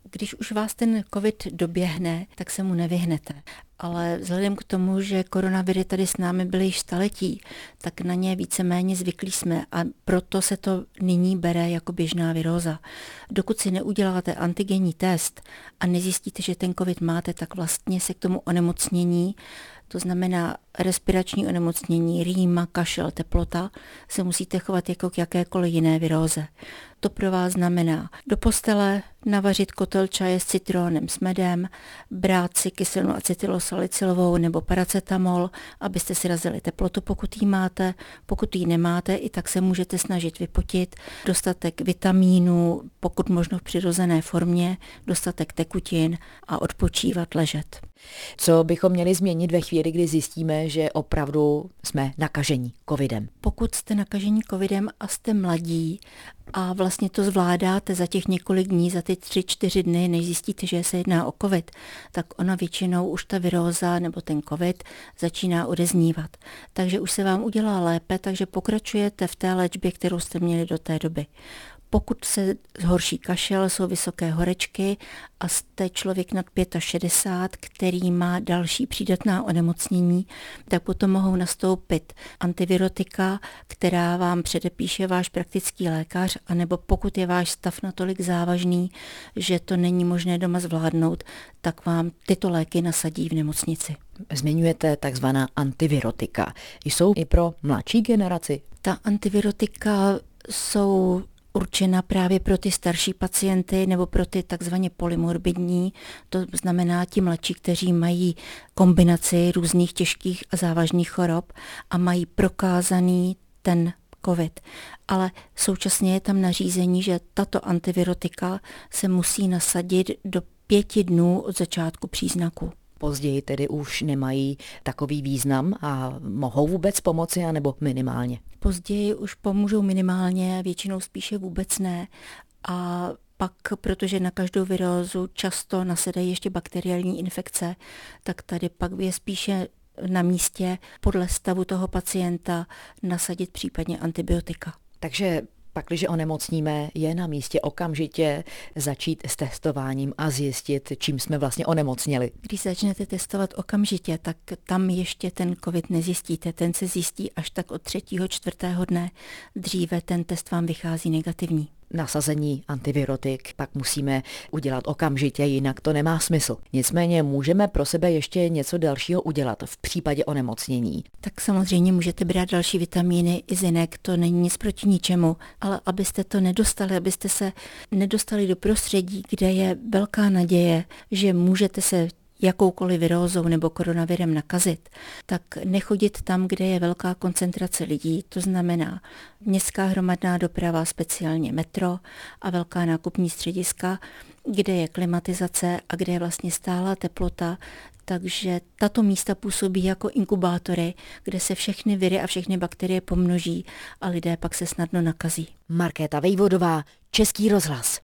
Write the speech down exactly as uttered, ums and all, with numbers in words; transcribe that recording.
Když už vás ten covid doběhne, tak se mu nevyhnete. Ale vzhledem k tomu, že koronaviry tady s námi byly již staletí, tak na ně víceméně zvyklí jsme a proto se to nyní bere jako běžná viróza. Dokud si neuděláte antigenní test a nezjistíte, že ten covid máte, tak vlastně se k tomu onemocnění, to znamená respirační onemocnění, rýma, kašel, teplota, se musíte chovat jako k jakékoliv jiné viróze. To pro vás znamená do postele navařit kotel čaje s citrónem, s medem, brát si kyselinu acetylosalicylovou nebo paracetamol, abyste si razili teplotu, pokud ji máte. Pokud ji nemáte, i tak se můžete snažit vypotit, dostatek vitamínů, pokud možno v přirozené formě, dostatek tekutin a odpočívat, ležet. Co bychom měli změnit ve chvíli, kdy zjistíme, že opravdu jsme nakažení covidem? Pokud jste nakažení covidem a jste mladí a vlastně to zvládáte za těch několik dní, za ty tři, čtyři dny, než zjistíte, že se jedná o covid, tak ona většinou už ta viróza nebo ten covid začíná odeznívat. Takže už se vám udělá lépe, takže pokračujete v té léčbě, kterou jste měli do té doby. Pokud se zhorší kašel, jsou vysoké horečky a jste člověk nad šedesát pět, který má další přídatná onemocnění, tak potom mohou nastoupit antivirotika, která vám předepíše váš praktický lékař, anebo pokud je váš stav natolik závažný, že to není možné doma zvládnout, tak vám tyto léky nasadí v nemocnici. Zmiňujete takzvaná antivirotika. Jsou i pro mladší generaci? Ta antivirotika jsou určena právě pro ty starší pacienty nebo pro ty takzvaně polymorbidní, to znamená ti mladší, kteří mají kombinaci různých těžkých a závažných chorob a mají prokázaný ten covid. Ale současně je tam nařízení, že tato antivirotika se musí nasadit do pěti dnů od začátku příznaku. Později tedy už nemají takový význam a mohou vůbec pomoci, anebo minimálně? Později už pomůžou minimálně, většinou spíše vůbec ne. A pak, protože na každou virózu často nasedají ještě bakteriální infekce, tak tady pak je spíše na místě podle stavu toho pacienta nasadit případně antibiotika. Takže pakliže onemocníme, je na místě okamžitě začít s testováním a zjistit, čím jsme vlastně onemocněli. Když začnete testovat okamžitě, tak tam ještě ten covid nezjistíte. Ten se zjistí až tak od třetího, čtvrtého dne. Dříve ten test vám vychází negativní. Nasazení antivirotik pak musíme udělat okamžitě, jinak to nemá smysl. Nicméně můžeme pro sebe ještě něco dalšího udělat v případě onemocnění. Tak samozřejmě můžete brát další vitamíny i zinek, to není nic proti ničemu, ale abyste to nedostali, abyste se nedostali do prostředí, kde je velká naděje, že můžete se jakoukoliv virózou nebo koronavirem nakazit, tak nechodit tam, kde je velká koncentrace lidí, to znamená městská hromadná doprava, speciálně metro a velká nákupní střediska, kde je klimatizace a kde je vlastně stálá teplota, takže tato místa působí jako inkubátory, kde se všechny viry a všechny bakterie pomnoží a lidé pak se snadno nakazí. Markéta Vejvodová, Český rozhlas.